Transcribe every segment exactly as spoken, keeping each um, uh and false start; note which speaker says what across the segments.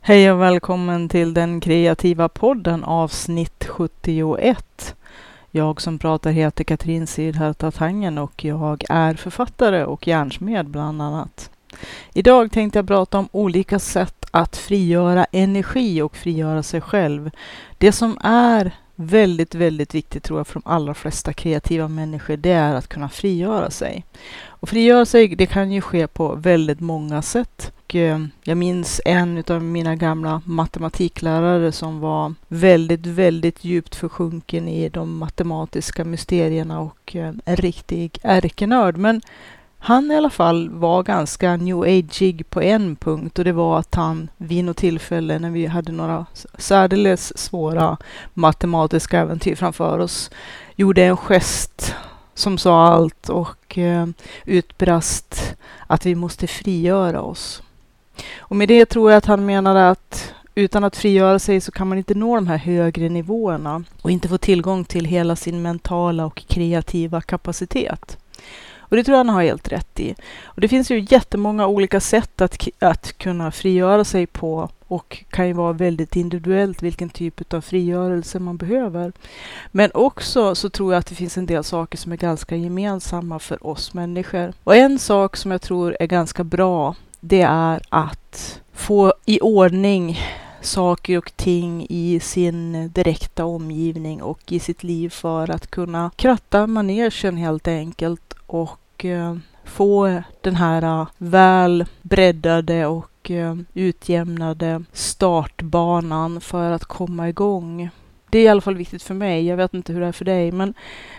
Speaker 1: Hej och välkommen till den kreativa podden avsnitt sjuttioett. Jag som pratar heter Katrin Sidharta Tangen och jag är författare och hjärnsmed bland annat. Idag tänkte jag prata om olika sätt att frigöra energi och frigöra sig själv. Det som är väldigt, väldigt viktigt tror jag för de allra flesta kreativa människor, det är att kunna frigöra sig. Och frigöra sig, det kan ju ske på väldigt många sätt. Och jag minns en av mina gamla matematiklärare som var väldigt, väldigt djupt försjunken i de matematiska mysterierna och en riktig ärkenörd. Men han i alla fall var ganska new ageig på en punkt, och det var att han vid något tillfälle när vi hade några särdeles svåra matematiska äventyr framför oss gjorde en gest som sa allt och eh, utbrast att vi måste frigöra oss. Och med det tror jag att han menade att utan att frigöra sig så kan man inte nå de här högre nivåerna och inte få tillgång till hela sin mentala och kreativa kapacitet. Och det tror jag han har helt rätt i. Och det finns ju jättemånga olika sätt att, att kunna frigöra sig på, och kan ju vara väldigt individuellt vilken typ av frigörelse man behöver. Men också så tror jag att det finns en del saker som är ganska gemensamma för oss människor. Och en sak som jag tror är ganska bra, det är att få i ordning saker och ting i sin direkta omgivning och i sitt liv för att kunna kratta manegen helt enkelt och eh, få den här uh, väl breddade och uh, utjämnade startbanan för att komma igång. Det är i alla fall viktigt för mig. Jag vet inte hur det är för dig, men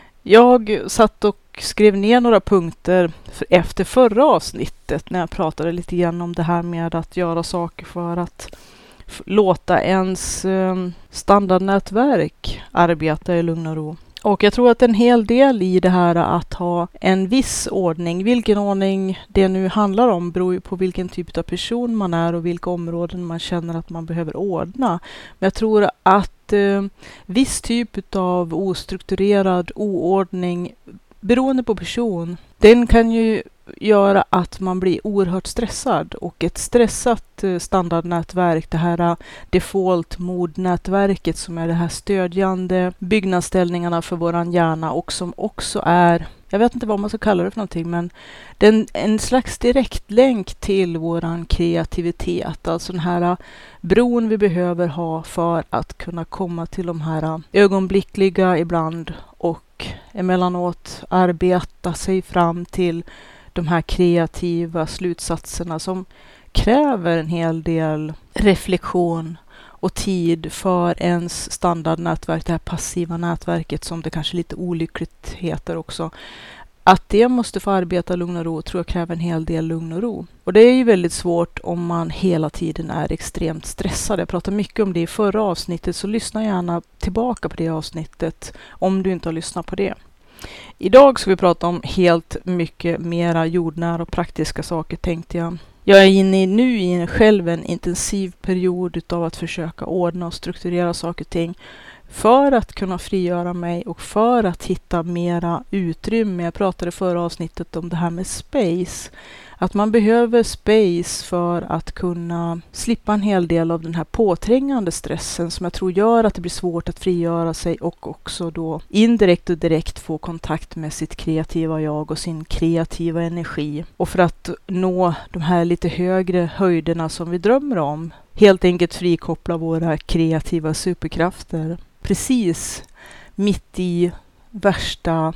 Speaker 1: jag satt och skrev ner några punkter för efter förra avsnittet när jag pratade lite grann om det här med att göra saker för att f- låta ens uh, standardnätverk arbeta i lugn och ro. Och jag tror att en hel del i det här att ha en viss ordning, vilken ordning det nu handlar om beror ju på vilken typ av person man är och vilka områden man känner att man behöver ordna. Men jag tror att eh, viss typ av ostrukturerad oordning beroende på person, den kan ju göra att man blir oerhört stressad, och ett stressat standardnätverk, det här default mode-nätverket som är det här stödjande byggnadsställningarna för våran hjärna och som också är, jag vet inte vad man ska kalla det för någonting, men den en slags direktlänk till våran kreativitet, alltså den här bron vi behöver ha för att kunna komma till de här ögonblickliga ibland och emellanåt arbeta sig fram till de här kreativa slutsatserna som kräver en hel del reflektion och tid för ens standardnätverk, det här passiva nätverket som det kanske lite olyckligt heter också. Att det måste få arbeta lugn och ro tror jag kräver en hel del lugn och ro. Och det är ju väldigt svårt om man hela tiden är extremt stressad. Jag pratade mycket om det i förra avsnittet, så lyssna gärna tillbaka på det avsnittet om du inte har lyssnat på det. Idag ska vi prata om helt mycket mera jordnära och praktiska saker, tänkte jag. Jag är inne nu i en själv en intensiv period utav att försöka ordna och strukturera saker och ting för att kunna frigöra mig och för att hitta mera utrymme. Jag pratade i förra avsnittet om det här med space. Att man behöver space för att kunna slippa en hel del av den här påträngande stressen som jag tror gör att det blir svårt att frigöra sig och också då indirekt och direkt få kontakt med sitt kreativa jag och sin kreativa energi. Och för att nå de här lite högre höjderna som vi drömmer om, helt enkelt frikoppla våra kreativa superkrafter. Precis mitt i värsta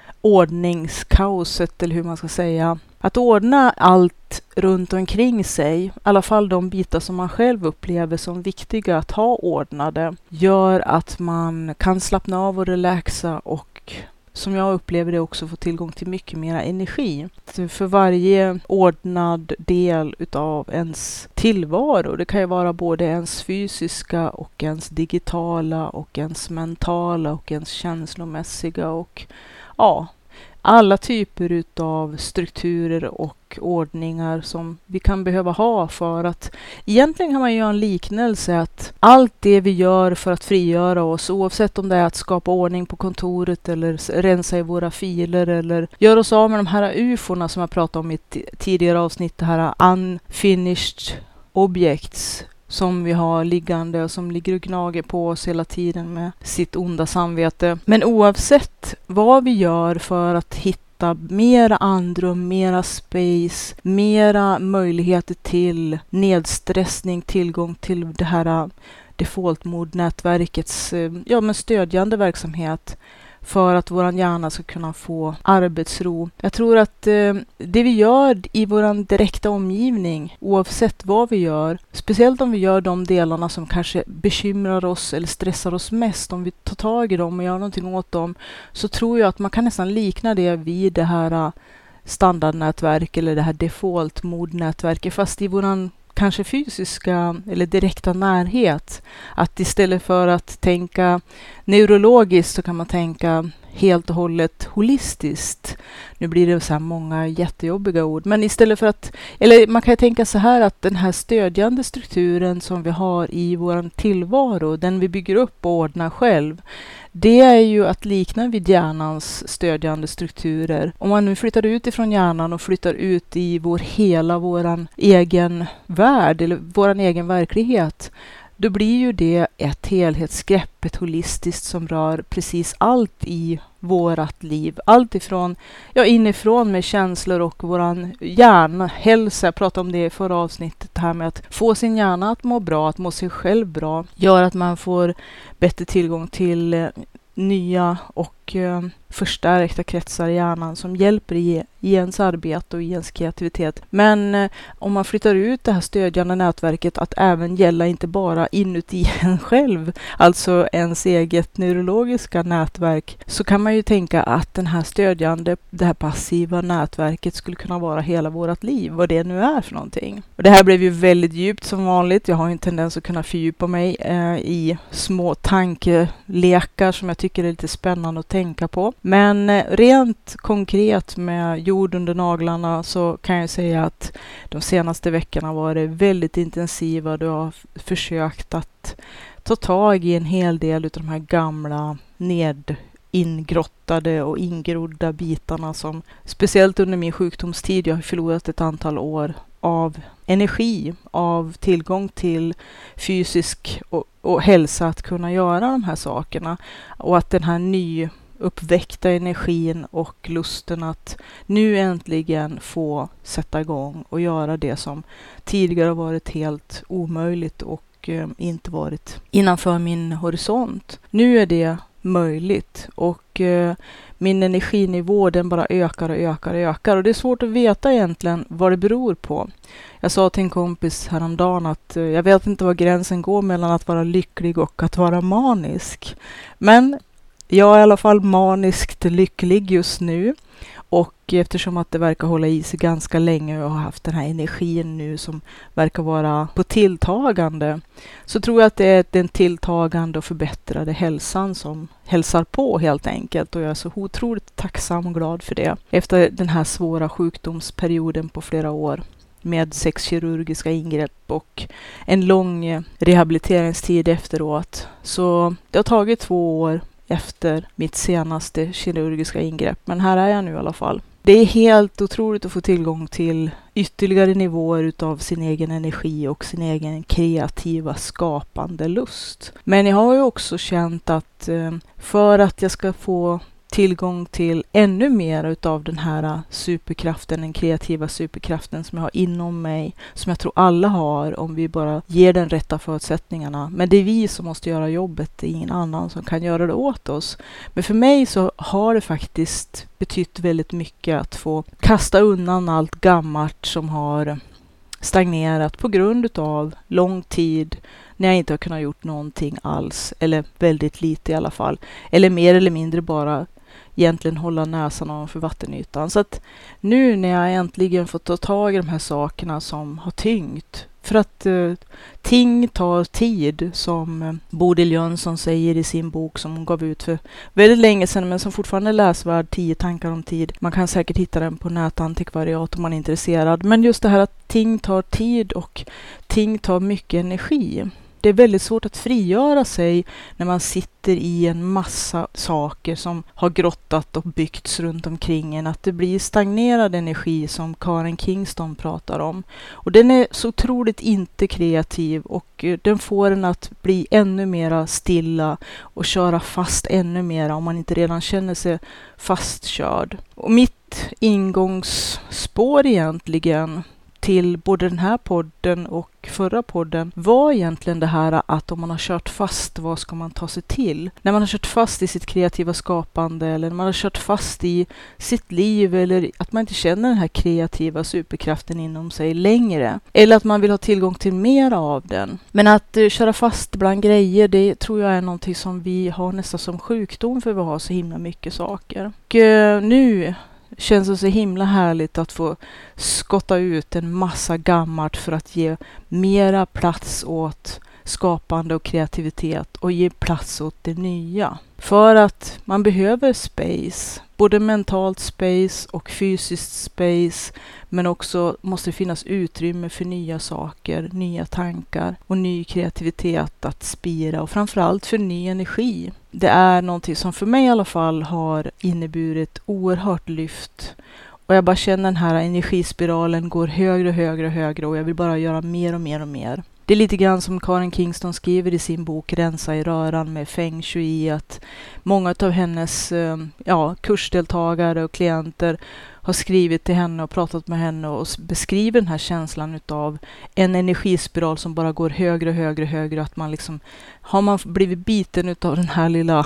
Speaker 1: ordningskaoset, eller hur man ska säga. Att ordna allt runt omkring sig, i alla fall de bitar som man själv upplever som viktiga att ha ordnade, gör att man kan slappna av och relaxa och, som jag upplever det, också få tillgång till mycket mer energi. Så för varje ordnad del utav ens tillvaro, det kan ju vara både ens fysiska och ens digitala och ens mentala och ens känslomässiga och ja, alla typer utav strukturer och ordningar som vi kan behöva ha för att egentligen kan man göra en liknelse att allt det vi gör för att frigöra oss, oavsett om det är att skapa ordning på kontoret eller rensa i våra filer eller göra oss av med de här uforna som jag pratade om i ett tidigare avsnitt, det här unfinished objects, som vi har liggande och som ligger och gnager på oss hela tiden med sitt onda samvete. Men oavsett vad vi gör för att hitta mera andrum, mera space, mera möjligheter till nedstressning, tillgång till det här default-mode-nätverkets ja, men stödjande verksamhet för att våran hjärna ska kunna få arbetsro. Jag tror att eh, det vi gör i våran direkta omgivning, oavsett vad vi gör, speciellt om vi gör de delarna som kanske bekymrar oss eller stressar oss mest, om vi tar tag i dem och gör någonting åt dem, så tror jag att man kan nästan likna det vid det här standardnätverk eller det här default-mode-nätverket, fast i våran kanske fysiska eller direkta närhet. Att istället för att tänka neurologiskt så kan man tänka helt och hållet holistiskt. Nu blir det så här många jättejobbiga ord, men istället för att, eller man kan tänka så här att den här stödjande strukturen som vi har i vår tillvaro, den vi bygger upp och ordnar själv, det är ju att likna vid hjärnans stödjande strukturer. Om man nu flyttar ut ifrån hjärnan och flyttar ut i vår hela våran egen värld eller våran egen verklighet, då blir ju det ett helhetsgrepp, ett holistiskt som rör precis allt i vårat liv. Allt ifrån, ja, inifrån med känslor och våran hjärnhälsa. Jag pratade om det i förra avsnittet, det här med att få sin hjärna att må bra, att må sig själv bra, gör att man får bättre tillgång till eh, nya och eh, förstärkta kretsar i hjärnan som hjälper i, i ens arbete och i ens kreativitet. Men eh, om man flyttar ut det här stödjande nätverket att även gälla inte bara inuti en själv, alltså ens eget neurologiska nätverk, så kan man ju tänka att den här stödjande, det här passiva nätverket skulle kunna vara hela vårt liv, vad det nu är för någonting. Och det här blev ju väldigt djupt som vanligt. Jag har en tendens att kunna fördjupa mig eh, i små tankelekar som jag tycker är lite spännande att tänka på. Men eh, rent konkret med jord under naglarna så kan jag säga att de senaste veckorna var det väldigt intensiva. Du har f- försökt att ta tag i en hel del av de här gamla ned ingrottade och ingrodda bitarna som speciellt under min sjukdomstid, jag har förlorat ett antal år av energi, av tillgång till fysisk och, och hälsa att kunna göra de här sakerna, och att den här nyuppväckta energin och lusten att nu äntligen få sätta igång och göra det som tidigare varit helt omöjligt och eh, inte varit innanför min horisont. Nu är det möjligt och eh, min energinivå den bara ökar och ökar och ökar, och det är svårt att veta egentligen vad det beror på. Jag sa till en kompis häromdagen att eh, jag vet inte var gränsen går mellan att vara lycklig och att vara manisk, men jag är i alla fall maniskt lycklig just nu. Och eftersom att det verkar hålla i sig ganska länge och jag har haft den här energin nu som verkar vara på tilltagande, så tror jag att det är den tilltagande och förbättrade hälsan som hälsar på helt enkelt. Och jag är så otroligt tacksam och glad för det. Efter den här svåra sjukdomsperioden på flera år med sex kirurgiska ingrepp och en lång rehabiliteringstid efteråt. Så det har tagit två år efter mitt senaste kirurgiska ingrepp. Men här är jag nu i alla fall. Det är helt otroligt att få tillgång till ytterligare nivåer utav sin egen energi och sin egen kreativa skapande lust. Men jag har ju också känt att eh, för att jag ska få tillgång till ännu mer utav den här superkraften, den kreativa superkraften som jag har inom mig, som jag tror alla har om vi bara ger den rätta förutsättningarna. Men det är vi som måste göra jobbet, det är ingen annan som kan göra det åt oss. Men för mig så har det faktiskt betytt väldigt mycket att få kasta undan allt gammalt som har stagnerat på grund utav lång tid när jag inte har kunnat gjort någonting alls, eller väldigt lite i alla fall, eller mer eller mindre bara egentligen hålla näsan ovanför vattenytan. Så att nu när jag äntligen får ta tag i de här sakerna som har tyngt, för att eh, ting tar tid, som eh, Bodil Jönsson säger i sin bok som hon gav ut för väldigt länge sedan, men som fortfarande är läsvärd, tio tankar om tid. Man kan säkert hitta den på nätantikvariat om man är intresserad. Men just det här att ting tar tid och ting tar mycket energi. det är väldigt svårt att frigöra sig när man sitter i en massa saker som har grottat och byggts runt omkring en. Att det blir stagnerad energi som Karen Kingston pratar om. Och den är så otroligt inte kreativ och den får en att bli ännu mera stilla och köra fast ännu mera om man inte redan känner sig fastkörd. Och mitt ingångsspår egentligen till både den här podden och förra podden var egentligen det här att om man har kört fast, vad ska man ta sig till? När man har kört fast i sitt kreativa skapande eller när man har kört fast i sitt liv eller att man inte känner den här kreativa superkraften inom sig längre. Eller att man vill ha tillgång till mer av den. Men att uh, köra fast bland grejer, det tror jag är någonting som vi har nästan som sjukdom för vi har så himla mycket saker. Och uh, nu känns det så himla härligt att få skotta ut en massa gammalt för att ge mera plats åt skapande och kreativitet och ge plats åt det nya. För att man behöver space, både mentalt space och fysiskt space, men också måste finnas utrymme för nya saker, nya tankar och ny kreativitet att spira och framförallt för ny energi. Det är någonting som för mig i alla fall har inneburit oerhört lyft. Och jag bara känner den här energispiralen går högre och högre och högre och jag vill bara göra mer och mer och mer. Det är lite grann som Karen Kingston skriver i sin bok Rensa i röran med Feng Shui, att många av hennes ja, kursdeltagare och klienter har skrivit till henne och pratat med henne och beskriver den här känslan utav en energispiral som bara går högre och högre och högre. Att man liksom, har man blivit biten utav den här lilla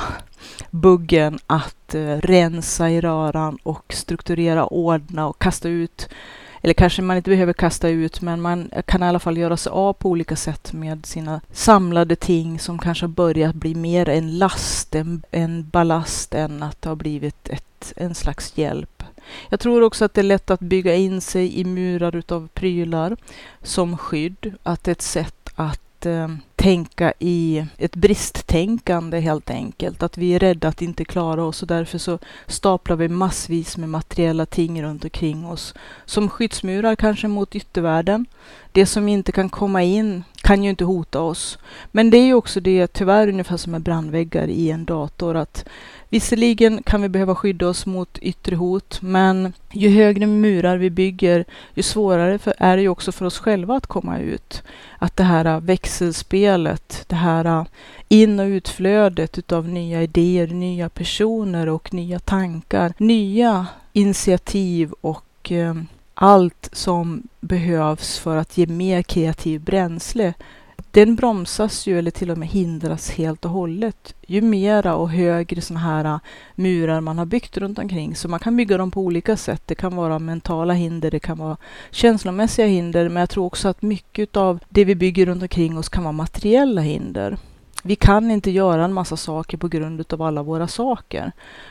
Speaker 1: buggen att uh, rensa i röran och strukturera, ordna och kasta ut. Eller kanske man inte behöver kasta ut, men man kan i alla fall göra sig av på olika sätt med sina samlade ting som kanske har börjat bli mer en last, en, en ballast än att det har blivit ett, en slags hjälp. Jag tror också att det är lätt att bygga in sig i murar utav prylar som skydd. Att det är ett sätt att eh, tänka i ett bristtänkande helt enkelt. Att vi är rädda att inte klara oss och därför så staplar vi massvis med materiella ting runt omkring oss. Som skyddsmurar kanske mot yttervärlden. Det som inte kan komma in kan ju inte hota oss. Men det är ju också det tyvärr ungefär som med brandväggar i en dator. Att visserligen kan vi behöva skydda oss mot yttre hot, men ju högre murar vi bygger, ju svårare för, är det ju också för oss själva att komma ut. Att det här växelspelet, det här in- och utflödet utav nya idéer, nya personer och nya tankar, nya initiativ och eh, allt som behövs för att ge mer kreativ bränsle, den bromsas ju eller till och med hindras helt och hållet. Ju mera och högre såna här murar man har byggt runt omkring. Så man kan bygga dem på olika sätt. Det kan vara mentala hinder, det kan vara känslomässiga hinder. Men jag tror också att mycket av det vi bygger runt omkring oss kan vara materiella hinder. Vi kan inte göra en massa saker på grund av alla våra saker.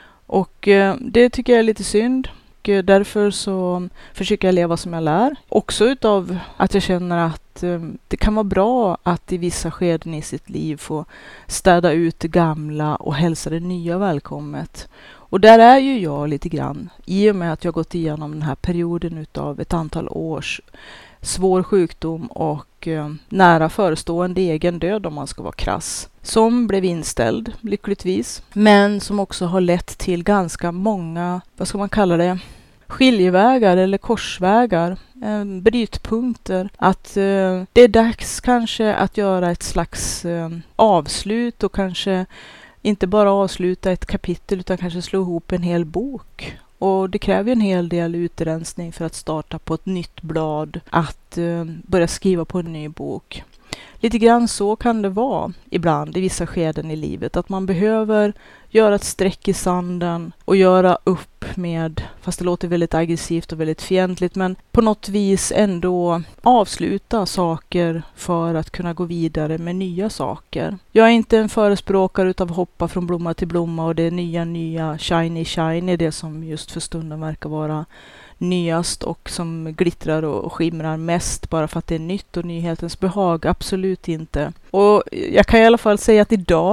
Speaker 1: Och eh, det tycker jag är lite synd. Och därför så försöker jag leva som jag lär. Också utav att jag känner att eh, det kan vara bra att i vissa skeden i sitt liv få städa ut det gamla och hälsa det nya välkommet. Och där är ju jag lite grann. I och med att jag gått igenom den här perioden utav ett antal års svår sjukdom och eh, nära förestående egen död om man ska vara krass. Som blev inställd lyckligtvis. Men som också har lett till ganska många, vad ska man kalla det, skiljevägar eller korsvägar, eh, brytpunkter. Att eh, det är dags kanske att göra ett slags eh, avslut och kanske inte bara avsluta ett kapitel utan kanske slå ihop en hel bok. Och det kräver en hel del utrensning för att starta på ett nytt blad, att eh, börja skriva på en ny bok. Lite grann så kan det vara ibland i vissa skeden i livet, att man behöver göra ett streck i sanden och göra upp med, fast det låter väldigt aggressivt och väldigt fientligt, men på något vis ändå avsluta saker för att kunna gå vidare med nya saker. Jag är inte en förespråkare utav hoppa från blomma till blomma och det nya, nya, shiny, shiny, det som just för stunden verkar vara nyast och som glittrar och skimrar mest bara för att det är nytt och nyhetens behag. Absolut inte. Och jag kan i alla fall säga att idag,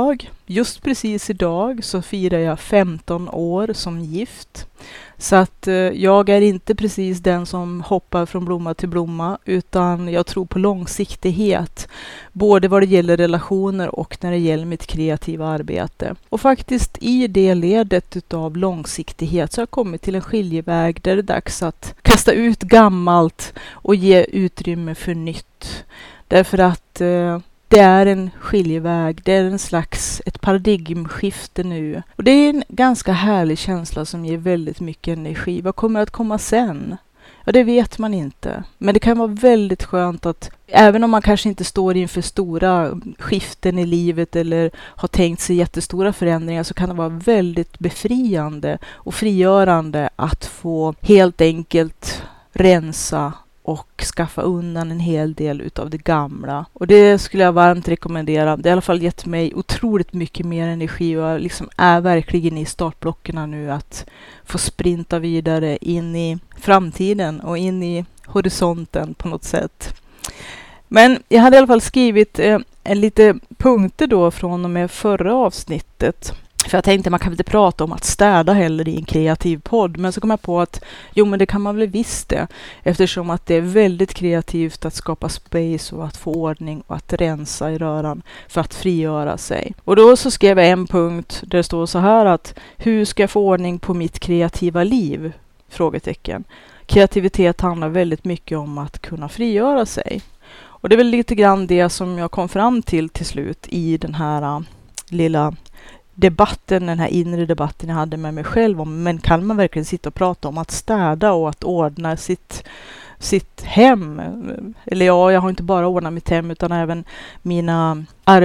Speaker 1: just precis idag så firar jag femton år som gift. Så att eh, jag är inte precis den som hoppar från blomma till blomma, utan jag tror på långsiktighet. Både vad det gäller relationer och när det gäller mitt kreativa arbete. Och faktiskt i det ledet utav långsiktighet så har jag kommit till en skiljeväg där det är dags att kasta ut gammalt och ge utrymme för nytt. Därför att eh, det är en skiljeväg, det är en slags ett paradigmskifte nu. Och det är en ganska härlig känsla som ger väldigt mycket energi. Vad kommer att komma sen? Ja, det vet man inte. Men det kan vara väldigt skönt att, även om man kanske inte står inför stora skiften i livet eller har tänkt sig jättestora förändringar, så kan det vara väldigt befriande och frigörande att få helt enkelt rensa och skaffa undan en hel del utav det gamla. Och det skulle jag varmt rekommendera. Det har i alla fall gett mig otroligt mycket mer energi och jag liksom är verkligen i startblockerna nu att få sprinta vidare in i framtiden och in i horisonten på något sätt. Men jag hade i alla fall skrivit eh, en lite punkter då från och med förra avsnittet. För jag tänkte man kan inte prata om att städa heller i en kreativ podd. Men så kom jag på att jo, men det kan man väl visst det. Eftersom att det är väldigt kreativt att skapa space och att få ordning och att rensa i röran för att frigöra sig. Och då så skrev jag en punkt där det står så här att hur ska jag få ordning på mitt kreativa liv? Frågetecken. Kreativitet handlar väldigt mycket om att kunna frigöra sig. Och det är väl lite grann det som jag kom fram till till slut i den här uh, lilla debatten, den här inre debatten jag hade med mig själv om, men kan man verkligen sitta och prata om att städa och att ordna sitt, sitt hem? Eller ja, jag har inte bara ordnat mitt hem utan även mina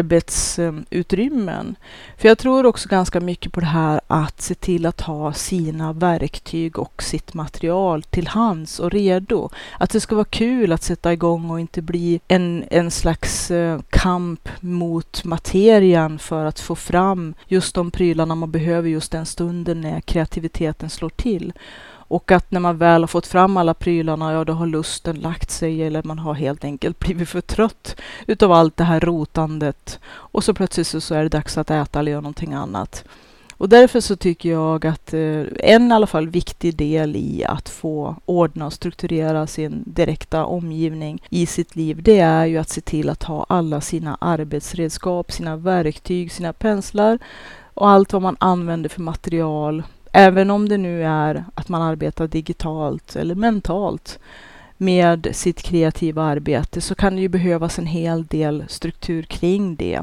Speaker 1: arbetsutrymmen. För jag tror också ganska mycket på det här att se till att ha sina verktyg och sitt material till hands och redo. Att det ska vara kul att sätta igång och inte bli en, en slags eh, kamp mot materian för att få fram just de prylarna man behöver just den stunden när kreativiteten slår till. Och att när man väl har fått fram alla prylarna, ja då har lusten lagt sig eller man har helt enkelt blivit för trött utav allt det här rotandet. Och så plötsligt så, så är det dags att äta eller göra någonting annat. Och därför så tycker jag att eh, en i alla fall viktig del i att få ordna och strukturera sin direkta omgivning i sitt liv, det är ju att se till att ha alla sina arbetsredskap, sina verktyg, sina penslar och allt vad man använder för material. Även om det nu är att man arbetar digitalt eller mentalt med sitt kreativa arbete så kan det ju behövas en hel del struktur kring det.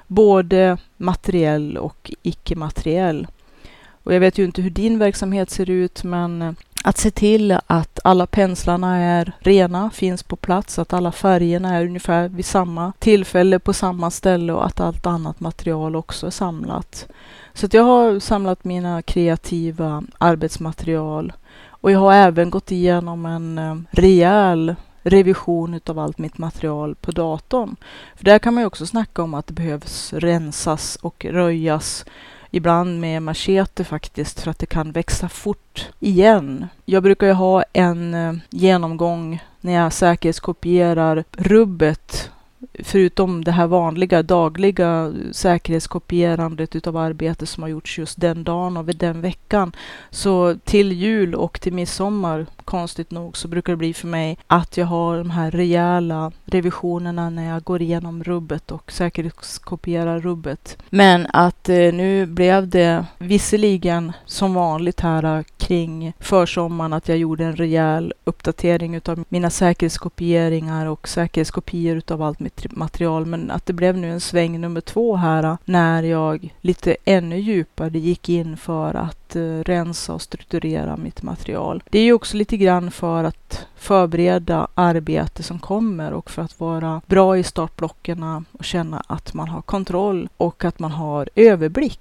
Speaker 1: Både materiell och icke-materiell. Och jag vet ju inte hur din verksamhet ser ut, men att se till att alla penslarna är rena, finns på plats, att alla färgerna är ungefär vid samma tillfälle på samma ställe och att allt annat material också är samlat. Så att jag har samlat mina kreativa arbetsmaterial och jag har även gått igenom en rejäl revision utav allt mitt material på datorn. För där kan man ju också snacka om att det behövs rensas och röjas. Ibland med machete faktiskt för att det kan växa fort igen. Jag brukar ju ha en eh, genomgång när jag säkerhetskopierar rubbet. Förutom det här vanliga dagliga säkerhetskopierandet utav arbete som har gjorts just den dagen och vid den veckan. Så till jul och till midsommar, konstigt nog, så brukar det bli för mig att jag har de här rejäla revisionerna när jag går igenom rubbet och säkerhetskopierar rubbet. Men att eh, nu blev det visserligen som vanligt här kring försommaren att jag gjorde en rejäl uppdatering utav mina säkerhetskopieringar och säkerhetskopior utav allt mitt material, men att det blev nu en sväng nummer två här när jag lite ännu djupare gick in för att uh, rensa och strukturera mitt material. Det är ju också lite grann för att förbereda arbete som kommer och för att vara bra i startblockerna och känna att man har kontroll och att man har överblick.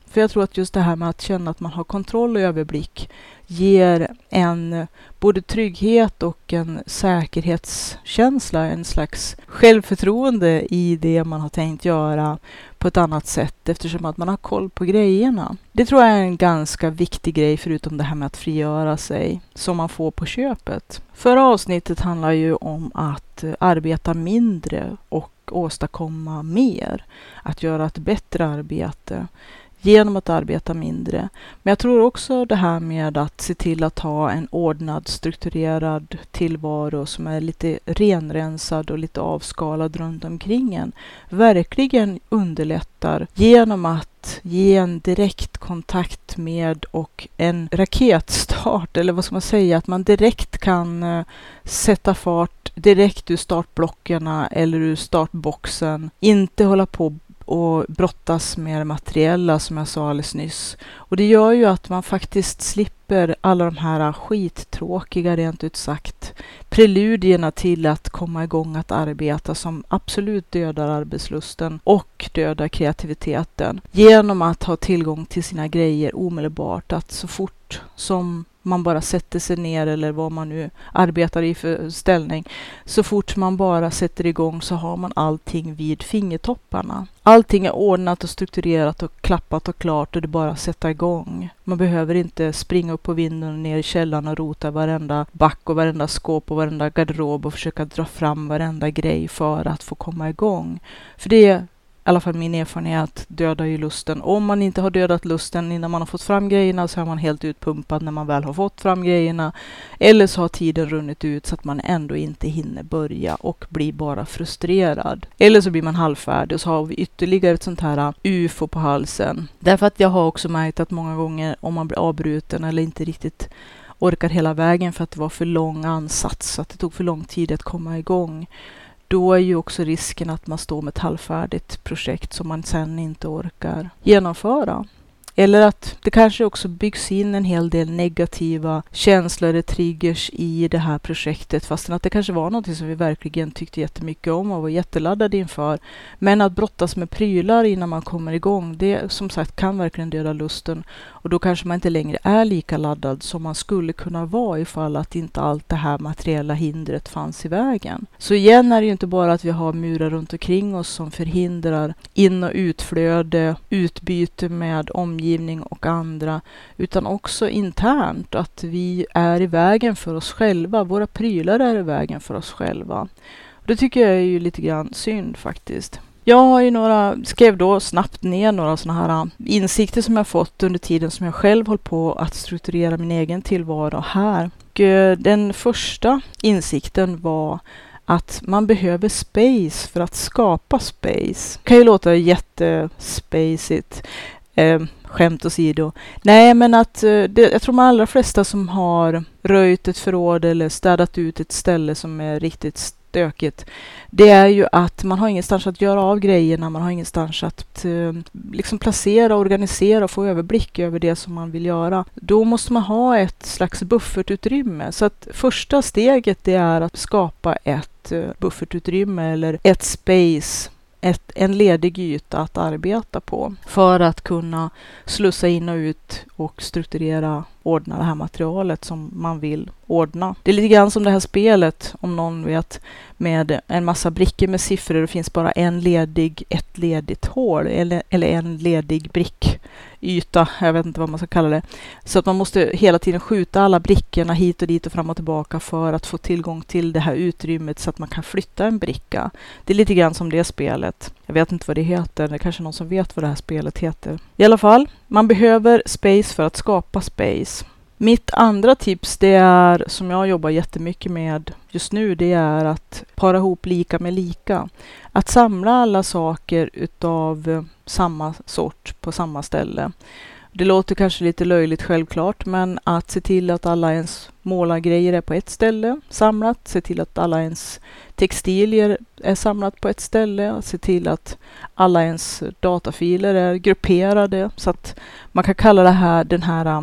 Speaker 1: För jag tror att just det här med att känna att man har kontroll och överblick ger en både trygghet och en säkerhetskänsla, en slags självförtroende i det man har tänkt göra på ett annat sätt eftersom att man har koll på grejerna. Det tror jag är en ganska viktig grej förutom det här med att frigöra sig som man får på köpet. Förra avsnittet handlar ju om att arbeta mindre och åstadkomma mer. Att göra ett bättre arbete genom att arbeta mindre. Men jag tror också det här med att se till att ha en ordnad, strukturerad tillvaro som är lite renrensad och lite avskalad runt omkring en verkligen underlättar genom att ge en direkt kontakt med och en raketstart, eller vad ska man säga, att man direkt kan uh, sätta fart direkt ur startblockerna eller ur startboxen. Inte hålla på och brottas med det materiella som jag sa alldeles nyss. Och det gör ju att man faktiskt slipper alla de här skittråkiga, rent ut sagt, preludierna till att komma igång att arbeta som absolut dödar arbetslusten och dödar kreativiteten. Genom att ha tillgång till sina grejer omedelbart, att så fort som man bara sätter sig ner eller vad man nu arbetar i för ställning. Så fort man bara sätter igång så har man allting vid fingertopparna. Allting är ordnat och strukturerat och klappat och klart och det är bara att sätta igång. Man behöver inte springa upp på vinden och ner i källaren och rota varenda back och varenda skåp och varenda garderob och försöka dra fram varenda grej för att få komma igång. För det är i alla fall min erfarenhet, dödar ju lusten. Om man inte har dödat lusten innan man har fått fram grejerna så är man helt utpumpad när man väl har fått fram grejerna. Eller så har tiden runnit ut så att man ändå inte hinner börja och blir bara frustrerad. Eller så blir man halvfärdig och så har vi ytterligare ett sånt här U F O på halsen. Därför att jag har också märkt att många gånger om man blir avbruten eller inte riktigt orkar hela vägen för att det var för lång ansats, så att det tog för lång tid att komma igång. Då är ju också risken att man står med ett halvfärdigt projekt som man sen inte orkar genomföra. Eller att det kanske också byggs in en hel del negativa känslor eller triggers i det här projektet. Fastän att det kanske var något som vi verkligen tyckte jättemycket om och var jätteladdade inför. Men att brottas med prylar innan man kommer igång, det som sagt kan verkligen döda lusten. Och då kanske man inte längre är lika laddad som man skulle kunna vara ifall att inte allt det här materiella hindret fanns i vägen. Så igen är det ju inte bara att vi har murar runt omkring oss som förhindrar in- och utflöde, utbyte med omgivningen och andra, utan också internt att vi är i vägen för oss själva. Våra prylar är i vägen för oss själva. Och det tycker jag är ju lite grann synd faktiskt. Jag har ju några, skrev då snabbt ner några sådana här insikter som jag fått under tiden som jag själv håller på att strukturera min egen tillvaro här. Och den första insikten var att man behöver space för att skapa space. Det kan ju låta jättespacigt. Eh, skämt åsido. Nej, men att eh, det, jag tror de allra flesta som har röjt ett förråd eller städat ut ett ställe som är riktigt stökigt, det är ju att man har ingenstans att göra av grejerna, man har ingenstans att eh, liksom placera, organisera och få överblick över det som man vill göra. Då måste man ha ett slags buffertutrymme. Så att första steget det är att skapa ett eh, buffertutrymme eller ett space, Ett, en ledig yta att arbeta på för att kunna slussa in och ut och strukturera, ordna det här materialet som man vill ordna. Det är lite grann som det här spelet, om någon vet, med en massa brickor med siffror och det finns bara en ledig, ett ledigt hål eller, eller en ledig brickyta, jag vet inte vad man ska kalla det. Så att man måste hela tiden skjuta alla brickorna hit och dit och fram och tillbaka för att få tillgång till det här utrymmet så att man kan flytta en bricka. Det är lite grann som det spelet. Jag vet inte vad det heter, det är kanske någon som vet vad det här spelet heter. I alla fall, man behöver space för att skapa space. Mitt andra tips, det är, som jag jobbar jättemycket med just nu, det är att para ihop lika med lika. Att samla alla saker utav samma sort på samma ställe. Det låter kanske lite löjligt självklart, men att se till att alla ens målargrejer är på ett ställe samlat, se till att alla ens textilier är samlat på ett ställe, se till att alla ens datafiler är grupperade så att man kan kalla det här den här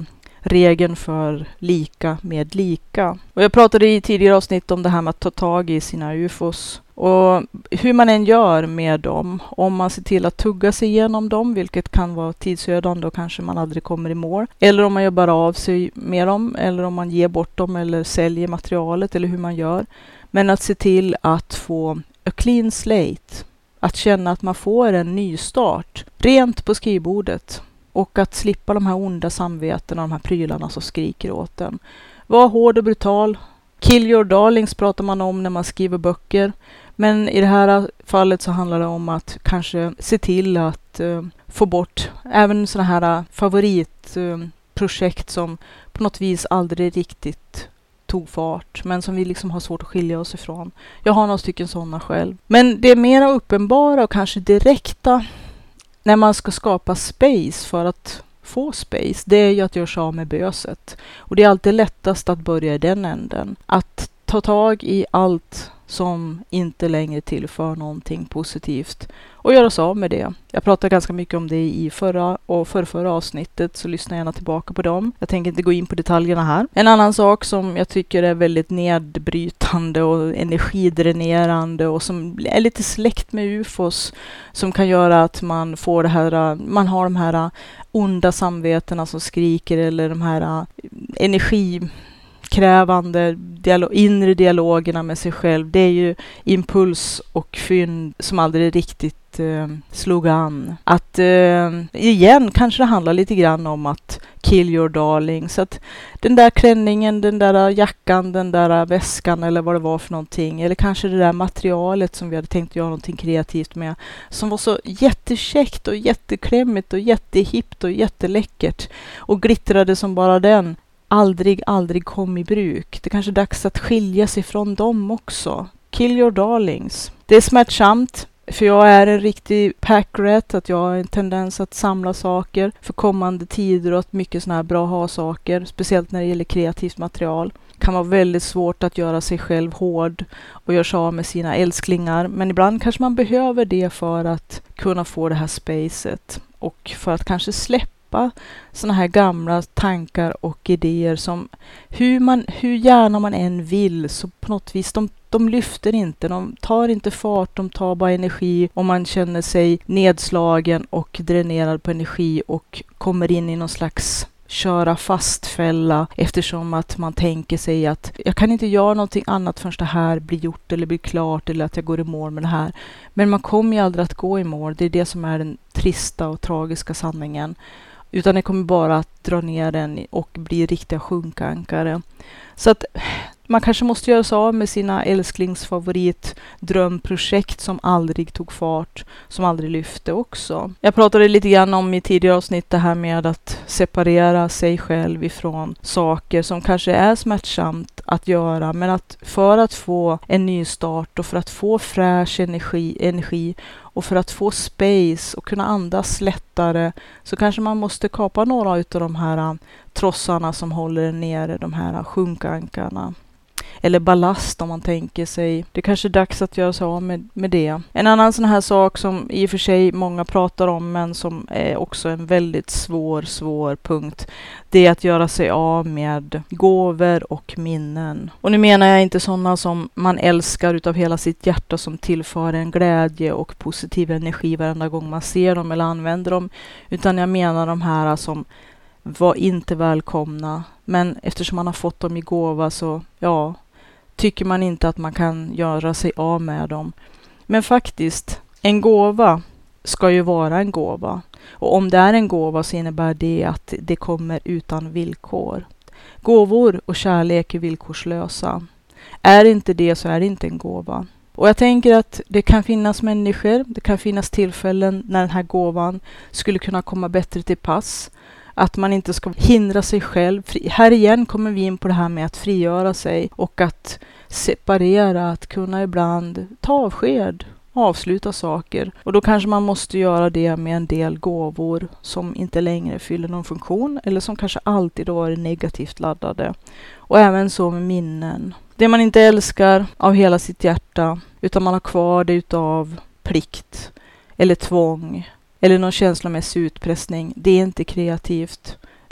Speaker 1: regeln för lika med lika. Och jag pratade i tidigare avsnitt om det här med att ta tag i sina U F Os. Och hur man än gör med dem, om man ser till att tugga sig igenom dem, vilket kan vara tidsödande och kanske man aldrig kommer i mål. Eller om man gör bara av sig med dem, eller om man ger bort dem eller säljer materialet eller hur man gör. Men att se till att få a clean slate, att känna att man får en ny start, rent på skrivbordet. Och att slippa de här onda samvetena och de här prylarna som skriker åt en. Var hård och brutal. Kill your darlings pratar man om när man skriver böcker. Men i det här fallet så handlar det om att kanske se till att uh, få bort även sådana här favoritprojekt uh, som på något vis aldrig riktigt tog fart. Men som vi liksom har svårt att skilja oss ifrån. Jag har några stycken sådana själv. Men det är mera uppenbara och kanske direkta när man ska skapa space för att få space, det är ju att göra sig av med böset. Och det är alltid lättast att börja i den änden. Att ta tag i allt som inte längre tillför någonting positivt och göra sig av med det. Jag pratade ganska mycket om det i förra och förrförra avsnittet, så lyssna gärna tillbaka på dem. Jag tänker inte gå in på detaljerna här. En annan sak som jag tycker är väldigt nedbrytande och energidränerande och som är lite släkt med U F Os, som kan göra att man får det här, man har de här onda samvetena som skriker, eller de här energi krävande dialog, inre dialogerna med sig själv. Det är ju impuls och fynd som aldrig riktigt eh, slog an. Att eh, igen kanske det handlar lite grann om att kill your darling. Så att den där klänningen, den där jackan, den där väskan eller vad det var för någonting. Eller kanske det där materialet som vi hade tänkt göra någonting kreativt med. Som var så jättekäckt och jätteklämmigt och jättehippt och jätteläckert. Och glittrade som bara den. Aldrig, aldrig kom i bruk. Det är kanske är dags att skilja sig från dem också. Kill your darlings. Det är smärtsamt, för jag är en riktig packrat, att jag har en tendens att samla saker för kommande tider och att mycket sådana här bra ha-saker, speciellt när det gäller kreativt material. Kan vara väldigt svårt att göra sig själv hård och göra sig av med sina älsklingar. Men ibland kanske man behöver det för att kunna få det här spacet och för att kanske släppa såna här gamla tankar och idéer som hur, man, hur gärna man än vill, så på något vis de, de lyfter inte, de tar inte fart, de tar bara energi och man känner sig nedslagen och dränerad på energi och kommer in i någon slags köra fast-fälla, eftersom att man tänker sig att jag kan inte göra någonting annat förrän det här blir gjort eller blir klart eller att jag går i mål med det här. Men man kommer ju aldrig att gå i mål. Det är det som är den trista och tragiska sanningen. Utan det kommer bara att dra ner den och bli riktiga sjunkankare. Så att man kanske måste göra sig av med sina älsklingsfavorit drömprojekt som aldrig tog fart, som aldrig lyfte också. Jag pratade lite grann om i tidigare avsnitt det här med att separera sig själv ifrån saker som kanske är smärtsamt att göra, men att för att få en ny start och för att få fräsch energi, energi och för att få space och kunna andas lättare, så kanske man måste kapa några av de här trossarna som håller nere, de här sjunkankarna. Eller ballast om man tänker sig. Det är kanske är dags att göra sig av med, med det. En annan sån här sak som i och för sig många pratar om, men som är också en väldigt svår, svår punkt. Det är att göra sig av med gåvor och minnen. Och nu menar jag inte sådana som man älskar utav hela sitt hjärta, som tillför en glädje och positiv energi varenda gång man ser dem eller använder dem. Utan jag menar de här som var inte välkomna. Men eftersom man har fått dem i gåva så, ja, tycker man inte att man kan göra sig av med dem. Men faktiskt, en gåva ska ju vara en gåva. Och om det är en gåva så innebär det att det kommer utan villkor. Gåvor och kärlek är villkorslösa. Är inte det så är det inte en gåva. Och jag tänker att det kan finnas människor, det kan finnas tillfällen när den här gåvan skulle kunna komma bättre till pass. Att man inte ska hindra sig själv. Här igen kommer vi in på det här med att frigöra sig och att separera, att kunna ibland ta avsked, avsluta saker. Och då kanske man måste göra det med en del gåvor som inte längre fyller någon funktion eller som kanske alltid har varit negativt laddade. Och även så med minnen. Det man inte älskar av hela sitt hjärta, utan man har kvar det utav plikt eller tvång eller någon känslomässig utpressning. Det är inte kreativt. Det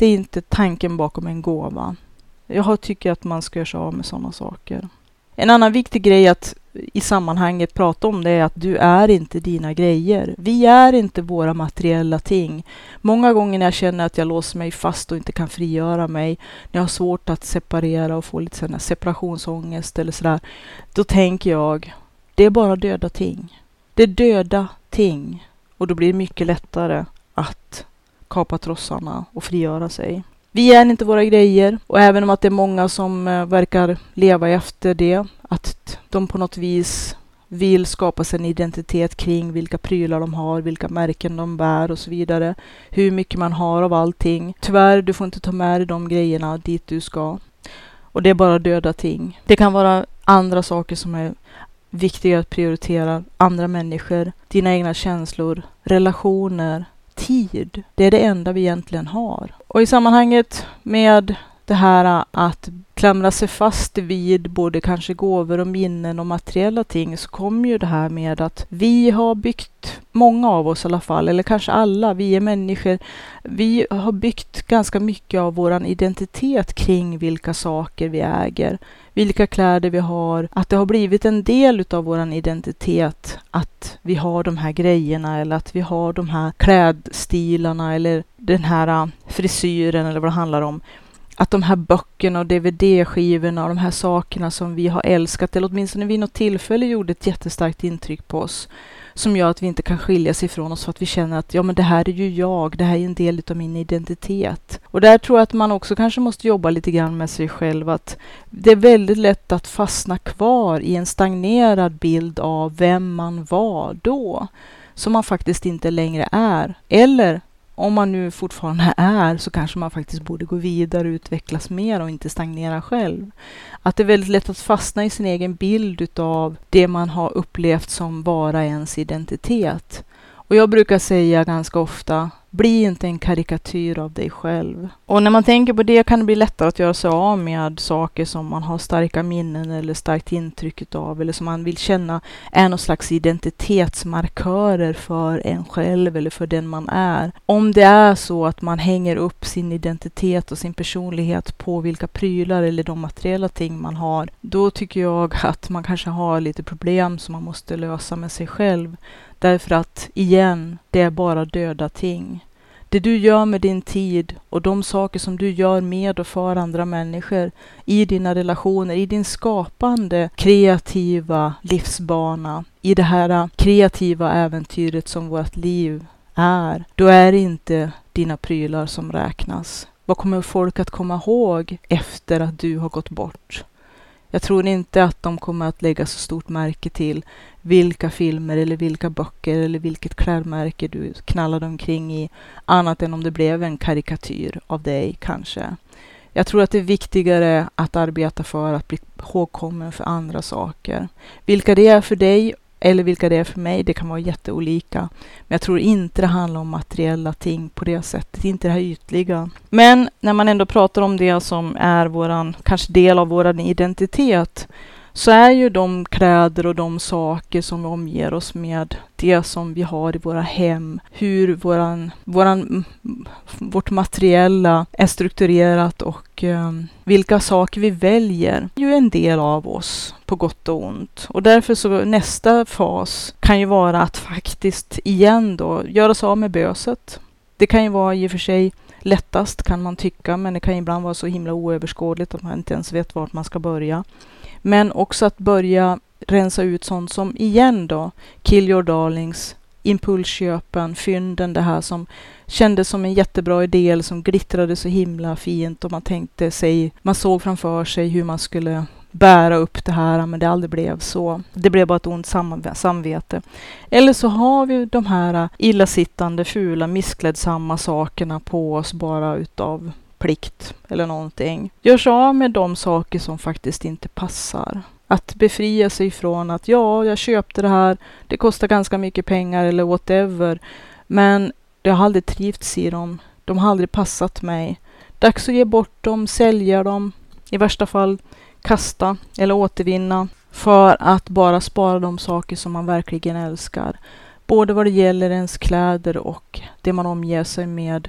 Speaker 1: Det är inte tanken bakom en gåva. Jag tycker att man ska göra sig av med sådana saker. En annan viktig grej att i sammanhanget prata om det är att du är inte dina grejer. Vi är inte våra materiella ting. Många gånger när jag känner att jag låser mig fast och inte kan frigöra mig, när jag har svårt att separera och få lite sån här separationsångest eller sådär, då tänker jag, det är bara döda ting. Det är döda ting. Och då blir det mycket lättare att kapa trossarna och frigöra sig. Vi är inte våra grejer, och även om att det är många som eh, verkar leva efter det, att de på något vis vill skapa sig en identitet kring vilka prylar de har, vilka märken de bär och så vidare. Hur mycket man har av allting. Tyvärr, du får inte ta med dig de grejerna dit du ska. Och det är bara döda ting. Det kan vara andra saker som är viktiga att prioritera. Andra människor, dina egna känslor, relationer, tid. Det är det enda vi egentligen har. Och i sammanhanget med det här att klamra sig fast vid både kanske gåvor och minnen och materiella ting, så kommer ju det här med att vi har byggt, många av oss i alla fall, eller kanske alla, vi är människor, vi har byggt ganska mycket av våran identitet kring vilka saker vi äger, vilka kläder vi har, att det har blivit en del utav våran identitet att vi har de här grejerna eller att vi har de här klädstilarna eller den här frisyren eller vad det handlar om. Att de här böckerna och D V D-skivorna och de här sakerna som vi har älskat, eller åtminstone vid något tillfälle gjorde ett jättestarkt intryck på oss, som gör att vi inte kan skiljas ifrån oss för att vi känner att ja, men det här är ju jag, det här är en del av min identitet. Och där tror jag att man också kanske måste jobba lite grann med sig själv, att det är väldigt lätt att fastna kvar i en stagnerad bild av vem man var då, som man faktiskt inte längre är. Eller om man nu fortfarande är, så kanske man faktiskt borde gå vidare och utvecklas mer och inte stagnera själv. Att det är väldigt lätt att fastna i sin egen bild utav det man har upplevt som vara ens identitet. Och jag brukar säga ganska ofta, bli inte en karikatyr av dig själv. Och när man tänker på det kan det bli lättare att göra sig av med saker som man har starka minnen eller starkt intryck utav, eller som man vill känna är någon slags identitetsmarkörer för en själv eller för den man är. Om det är så att man hänger upp sin identitet och sin personlighet på vilka prylar eller de materiella ting man har, då tycker jag att man kanske har lite problem som man måste lösa med sig själv. Därför att, igen, det är bara döda ting. Det du gör med din tid och de saker som du gör med och för andra människor i dina relationer, i din skapande, kreativa livsbana, i det här kreativa äventyret som vårt liv är, då är det inte dina prylar som räknas. Vad kommer folk att komma ihåg efter att du har gått bort? Jag tror inte att de kommer att lägga så stort märke till vilka filmer eller vilka böcker eller vilket klädmärke du knallade omkring i, annat än om det blev en karikatyr av dig kanske. Jag tror att det är viktigare att arbeta för att bli ihågkommen för andra saker. Vilka det är för dig eller vilka det är för mig, det kan vara jätteolika. Men jag tror inte det handlar om materiella ting på det sättet, inte det här ytliga. Men när man ändå pratar om det som är våran, kanske del av våran identitet, så är ju de kläder och de saker som vi omger oss med, det som vi har i våra hem, hur våran, våran, vårt materiella är strukturerat och um, vilka saker vi väljer, är ju en del av oss på gott och ont. Och därför så nästa fas kan ju vara att faktiskt igen då göra sig av med böset. Det kan ju vara i och för sig lättast kan man tycka, men det kan ibland vara så himla oöverskådligt att man inte ens vet vart man ska börja. Men också att börja rensa ut sånt som igen då, kill your darlings, impulsköpen, fynden, det här som kändes som en jättebra idé eller som glittrade så himla fint och man tänkte sig, man såg framför sig hur man skulle bära upp det här, men det aldrig blev så. Det blev bara ett ont samvete. Eller så har vi de här illasittande, fula, missklädsamma sakerna på oss bara utav plikt eller någonting. Gör sig av med de saker som faktiskt inte passar. Att befria sig från att ja, jag köpte det här, det kostar ganska mycket pengar eller whatever, men jag har aldrig trivts i dem. De har aldrig passat mig. Dags att ge bort dem, sälja dem, i värsta fall kasta eller återvinna för att bara spara de saker som man verkligen älskar. Både vad det gäller ens kläder och det man omger sig med.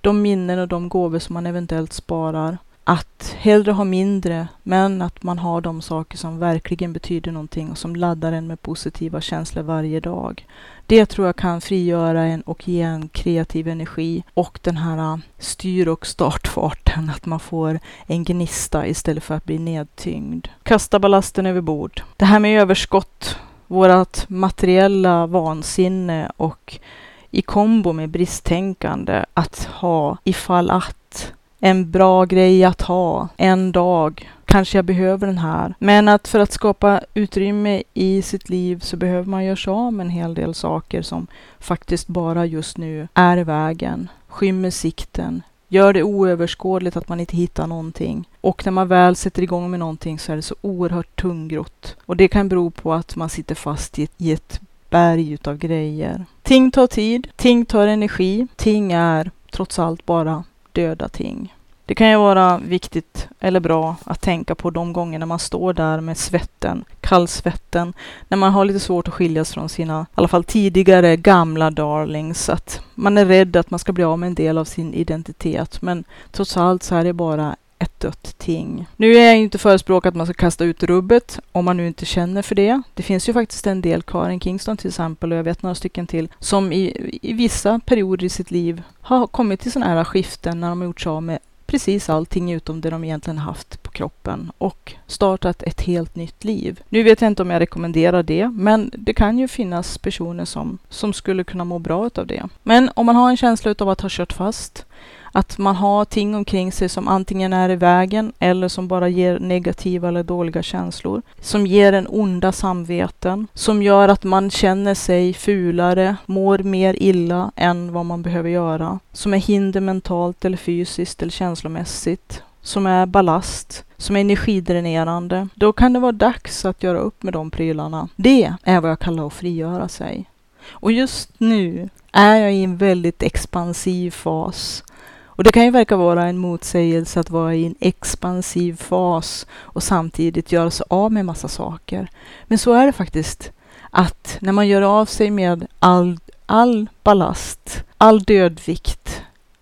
Speaker 1: de minnen och de gåvor som man eventuellt sparar. Att hellre ha mindre, men att man har de saker som verkligen betyder någonting och som laddar en med positiva känslor varje dag. Det tror jag kan frigöra en och ge en kreativ energi och den här styr- och startfarten, att man får en gnista istället för att bli nedtyngd. Kasta ballasten över bord. Det här med överskott, vårat materiella vansinne och i kombo med bristtänkande, att ha ifall att en bra grej att ha en dag. Kanske jag behöver den här. Men att för att skapa utrymme i sitt liv så behöver man göra sig av med en hel del saker som faktiskt bara just nu är i vägen. Skymmer sikten. Gör det oöverskådligt att man inte hittar någonting. Och när man väl sätter igång med någonting så är det så oerhört tungrott. Och det kan bero på att man sitter fast i ett, i ett berg utav grejer. Ting tar tid. Ting tar energi. Ting är trots allt bara döda ting. Det kan ju vara viktigt eller bra att tänka på de gånger när man står där med svetten, kallsvetten, när man har lite svårt att skiljas från sina, i alla fall tidigare gamla darlings, att man är rädd att man ska bli av med en del av sin identitet, men trots allt så är det bara ett dött ting. Nu är jag inte förespråkad att man ska kasta ut rubbet om man nu inte känner för det. Det finns ju faktiskt en del, Karin Kingston till exempel, och jag vet några stycken till, som i, i vissa perioder i sitt liv har kommit till sådana här skiften när de har gjort sig av med precis allting utom det de egentligen haft på kroppen och startat ett helt nytt liv. Nu vet jag inte om jag rekommenderar det, men det kan ju finnas personer som, som skulle kunna må bra av det. Men om man har en känsla av att ha kört fast, att man har ting omkring sig som antingen är i vägen eller som bara ger negativa eller dåliga känslor. Som ger en onda samveten. Som gör att man känner sig fulare, mår mer illa än vad man behöver göra. Som är hinder mentalt eller fysiskt eller känslomässigt. Som är ballast. Som är energidränerande. Då kan det vara dags att göra upp med de prylarna. Det är vad jag kallar att frigöra sig. Och just nu är jag i en väldigt expansiv fas. Och det kan ju verka vara en motsägelse att vara i en expansiv fas och samtidigt göra sig av med massa saker. Men så är det faktiskt, att när man gör av sig med all, all ballast, all dödvikt,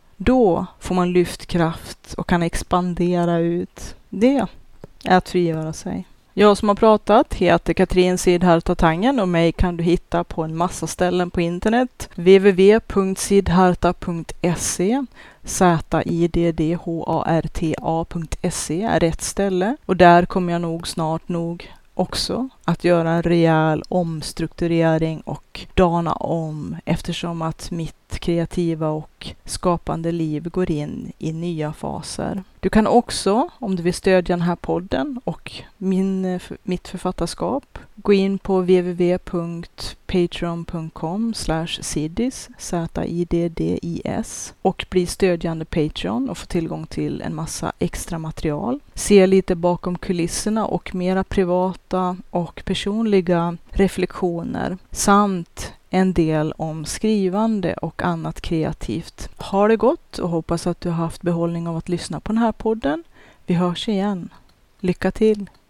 Speaker 1: då får man lyftkraft och kan expandera ut. Det är att frigöra sig. Jag som har pratat heter Katrin Sidharta Tangen och mig kan du hitta på en massa ställen på internet. w w w punkt sidharta punkt se Z I D D H A R T A punkt se är ett ställe. Och där kommer jag nog snart nog också att göra en rejäl omstrukturering och dana om, eftersom att mitt kreativa och skapande liv går in i nya faser. Du kan också, om du vill stödja den här podden och min, mitt författarskap, gå in på w w w punkt patreon punkt com slash siddis Z I D D I S och bli stödjande Patreon och få tillgång till en massa extra material. Se lite bakom kulisserna och mera privata och personliga reflektioner samt en del om skrivande och annat kreativt. Ha det gott och hoppas att du har haft behållning av att lyssna på den här podden. Vi hörs igen. Lycka till!